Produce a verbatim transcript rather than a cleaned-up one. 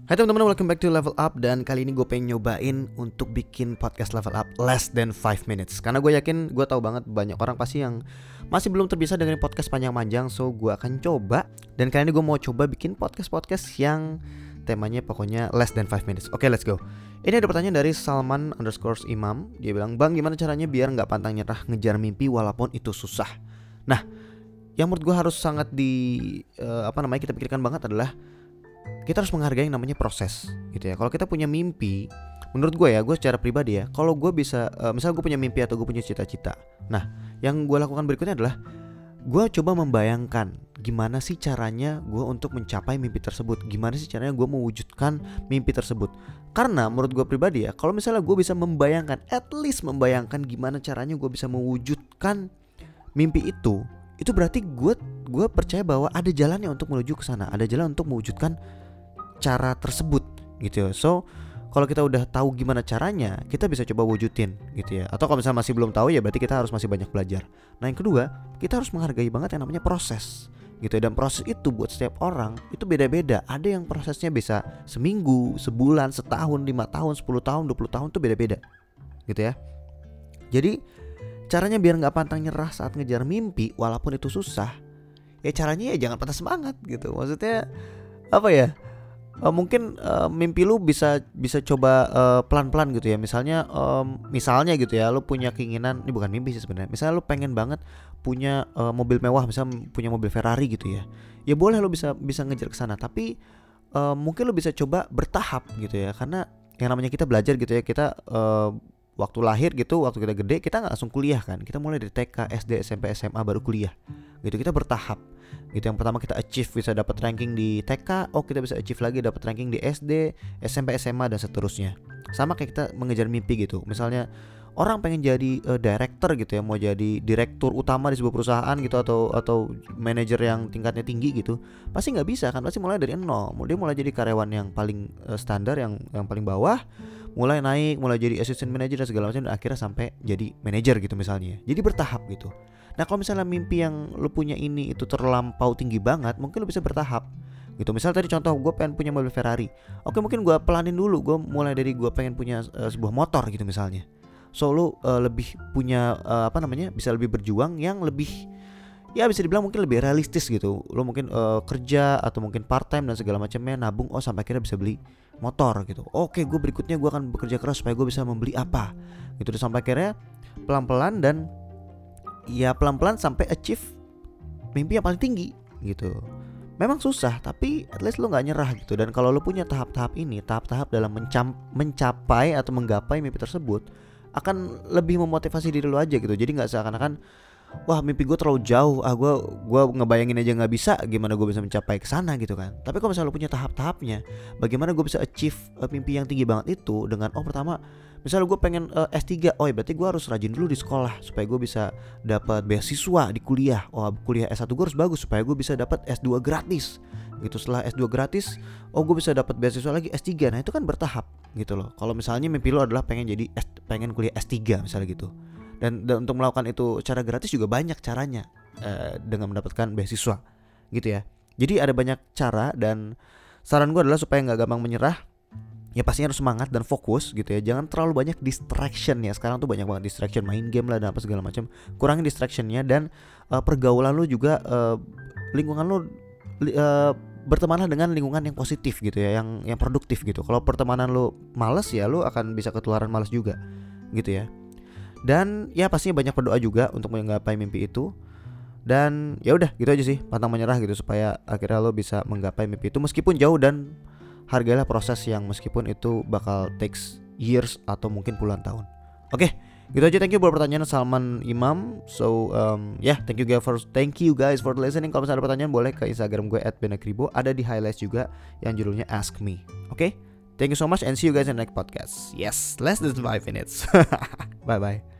Hai teman-teman, welcome back to Level Up. Dan kali ini gue pengen nyobain untuk bikin podcast Level Up less than five minutes. Karena gue yakin, gue tahu banget banyak orang pasti yang masih belum terbiasa dengan podcast panjang-panjang. So gue akan coba. Dan kali ini gue mau coba bikin podcast-podcast yang temanya pokoknya less than five minutes. Oke, okay, let's go. Ini ada pertanyaan dari Salman underscore Imam. Dia bilang, "Bang, gimana caranya biar gak pantang nyerah ngejar mimpi walaupun itu susah?" Nah, yang menurut gue harus sangat di uh, apa namanya kita pikirkan banget adalah kita harus menghargai yang namanya proses gitu ya. Kalau kita punya mimpi, menurut gue ya, gue secara pribadi ya, kalau gue bisa uh, misalnya gue punya mimpi atau gue punya cita-cita, nah yang gue lakukan berikutnya adalah gue coba membayangkan gimana sih caranya gue untuk mencapai mimpi tersebut, gimana sih caranya gue mewujudkan mimpi tersebut. Karena menurut gue pribadi ya, kalau misalnya gue bisa membayangkan, at least membayangkan gimana caranya gue bisa mewujudkan mimpi itu, itu berarti gue gue percaya bahwa ada jalannya untuk menuju ke sana, ada jalan untuk mewujudkan cara tersebut gitu ya. So kalau kita udah tahu gimana caranya, kita bisa coba wujudin gitu ya. Atau kalau misalnya masih belum tahu ya berarti kita harus masih banyak belajar. Nah yang kedua, kita harus menghargai banget yang namanya proses gitu ya. Dan proses itu buat setiap orang itu beda-beda. Ada yang prosesnya bisa seminggu, sebulan, setahun, lima tahun, sepuluh tahun, dua puluh tahun, itu beda-beda gitu ya. Jadi caranya biar gak pantang nyerah saat ngejar mimpi walaupun itu susah, ya caranya ya jangan patah semangat gitu. Maksudnya apa ya, uh, mungkin uh, mimpi lu bisa bisa coba uh, pelan-pelan gitu ya. Misalnya um, misalnya gitu ya, lu punya keinginan, ini bukan mimpi sih sebenarnya, misalnya lu pengen banget punya uh, mobil mewah, misalnya punya mobil Ferrari gitu ya. Ya boleh lu bisa bisa ngejar ke sana, tapi uh, mungkin lu bisa coba bertahap gitu ya. Karena yang namanya kita belajar gitu ya, kita uh, waktu lahir gitu, waktu kita gede, kita gak langsung kuliah kan. Kita mulai dari T K, S D, S M P, S M A baru kuliah gitu. Kita bertahap gitu. Yang pertama kita achieve, bisa dapat ranking di T K, oh kita bisa achieve lagi dapat ranking di S D, S M P, S M A dan seterusnya. Sama kayak kita mengejar mimpi gitu. Misalnya orang pengen jadi uh, director gitu ya, mau jadi direktur utama di sebuah perusahaan gitu, atau atau manajer yang tingkatnya tinggi gitu, pasti nggak bisa kan, pasti mulai dari nol. Dia mulai jadi karyawan yang paling uh, standar, yang yang paling bawah, mulai naik, mulai jadi assistant manager dan segala macam, dan akhirnya sampai jadi manajer gitu misalnya. Jadi bertahap gitu. Nah kalau misalnya mimpi yang lu punya ini itu terlampau tinggi banget, mungkin lu bisa bertahap gitu. Misal tadi contoh, gue pengen punya mobil Ferrari. Oke, mungkin gue pelanin dulu. Gue mulai dari gue pengen punya uh, sebuah motor gitu misalnya. So lu uh, lebih punya uh, apa namanya, bisa lebih berjuang yang lebih, ya bisa dibilang mungkin lebih realistis gitu. Lu mungkin uh, kerja atau mungkin part time dan segala macamnya, nabung, oh sampai akhirnya bisa beli motor gitu. Oke, gue berikutnya gue akan bekerja keras supaya gue bisa membeli apa gitu. Dan sampai akhirnya pelan-pelan dan ya pelan-pelan sampai achieve mimpi yang paling tinggi gitu. Memang susah, tapi at least lu gak nyerah gitu. Dan kalau lu punya tahap-tahap ini, tahap-tahap dalam mencam- mencapai atau menggapai mimpi tersebut, akan lebih memotivasi diri lu aja gitu. Jadi gak seakan-akan, wah mimpi gue terlalu jauh, ah gue gue ngebayangin aja nggak bisa, gimana gue bisa mencapai ke sana gitu kan. Tapi kalau misalnya lu punya tahap-tahapnya, bagaimana gue bisa achieve uh, mimpi yang tinggi banget itu dengan, oh pertama misalnya gue pengen uh, S tiga, oh ya berarti gue harus rajin dulu di sekolah supaya gue bisa dapat beasiswa di kuliah. Oh kuliah S satu gue harus bagus supaya gue bisa dapat S dua gratis gitu. Setelah S dua gratis, oh gue bisa dapat beasiswa lagi S tiga. Nah itu kan bertahap gitu loh. Kalau misalnya mimpi lo adalah pengen jadi S, pengen kuliah S tiga misalnya gitu. Dan, dan untuk melakukan itu secara gratis juga banyak caranya, uh, dengan mendapatkan beasiswa gitu ya. Jadi ada banyak cara, dan saran gue adalah supaya gak gampang menyerah, ya pastinya harus semangat dan fokus gitu ya. Jangan terlalu banyak distraction ya. Sekarang tuh banyak banget distraction, main game lah dan apa segala macam. Kurangin distractionnya, dan uh, pergaulan lu juga, uh, lingkungan lu uh, bertemanlah dengan lingkungan yang positif gitu ya, yang yang produktif gitu. Kalau pertemanan lu malas, ya lu akan bisa ketularan malas juga gitu ya. Dan ya pastinya banyak berdoa juga untuk menggapai mimpi itu. Dan ya udah gitu aja sih, pantang menyerah gitu supaya akhirnya lo bisa menggapai mimpi itu meskipun jauh, dan hargailah proses yang meskipun itu bakal takes years atau mungkin puluhan tahun. Oke, gitu aja. Thank you buat pertanyaan Salman Imam. So um, ya yeah, thank you guys for thank you guys for listening. Kalau misalnya ada pertanyaan boleh ke Instagram gue at benakribo. Ada di highlights juga yang judulnya Ask Me. Oke, okay? Thank you so much and see you guys in the next podcast. Yes, less than five minutes. Bye bye.